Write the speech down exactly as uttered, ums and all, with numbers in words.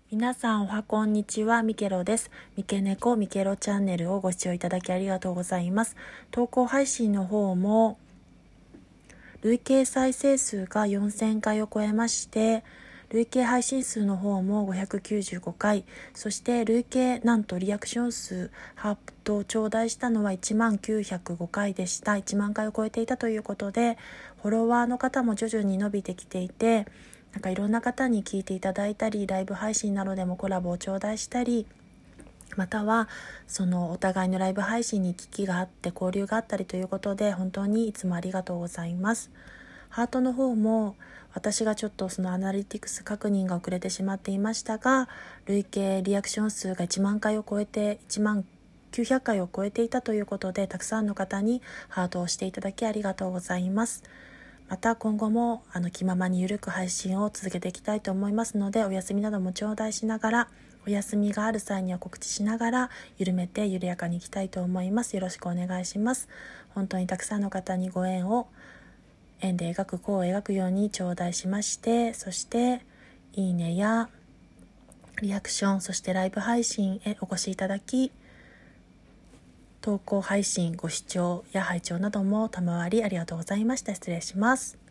皆さんおはこんにちは、ミケロです。ミケネコミケロチャンネルをご視聴いただきありがとうございます。投稿配信の方も累計再生数がよんせんかいを超えまして、累計配信数の方もごひゃくきゅうじゅうごかい、そして累計なんとリアクション数ハートを頂戴したのはいちまんきゅうひゃくごかいでした。いちまんかいを超えていたということで、フォロワーの方も徐々に伸びてきていて、なんかいろんな方に聞いていただいたり、ライブ配信などでもコラボを頂戴したり、またはそのお互いのライブ配信に機器があって交流があったりということで、本当にいつもありがとうございます。ハートの方も私がちょっとそのアナリティクス確認が遅れてしまっていましたが、累計リアクション数がいちまんかいを超えていちまんきゅうひゃくかいを超えていたということで、たくさんの方にハートをしていただきありがとうございます。また今後もあの気ままにゆるく配信を続けていきたいと思いますので、お休みなども頂戴しながら、お休みがある際には告知しながら緩めて緩やかにいきたいと思います。よろしくお願いします。本当にたくさんの方にご縁を円で描く弧を描くように頂戴しまして、そしていいねやリアクション、そしてライブ配信へお越しいただき、投稿配信ご視聴や拝聴なども賜りありがとうございました。失礼します。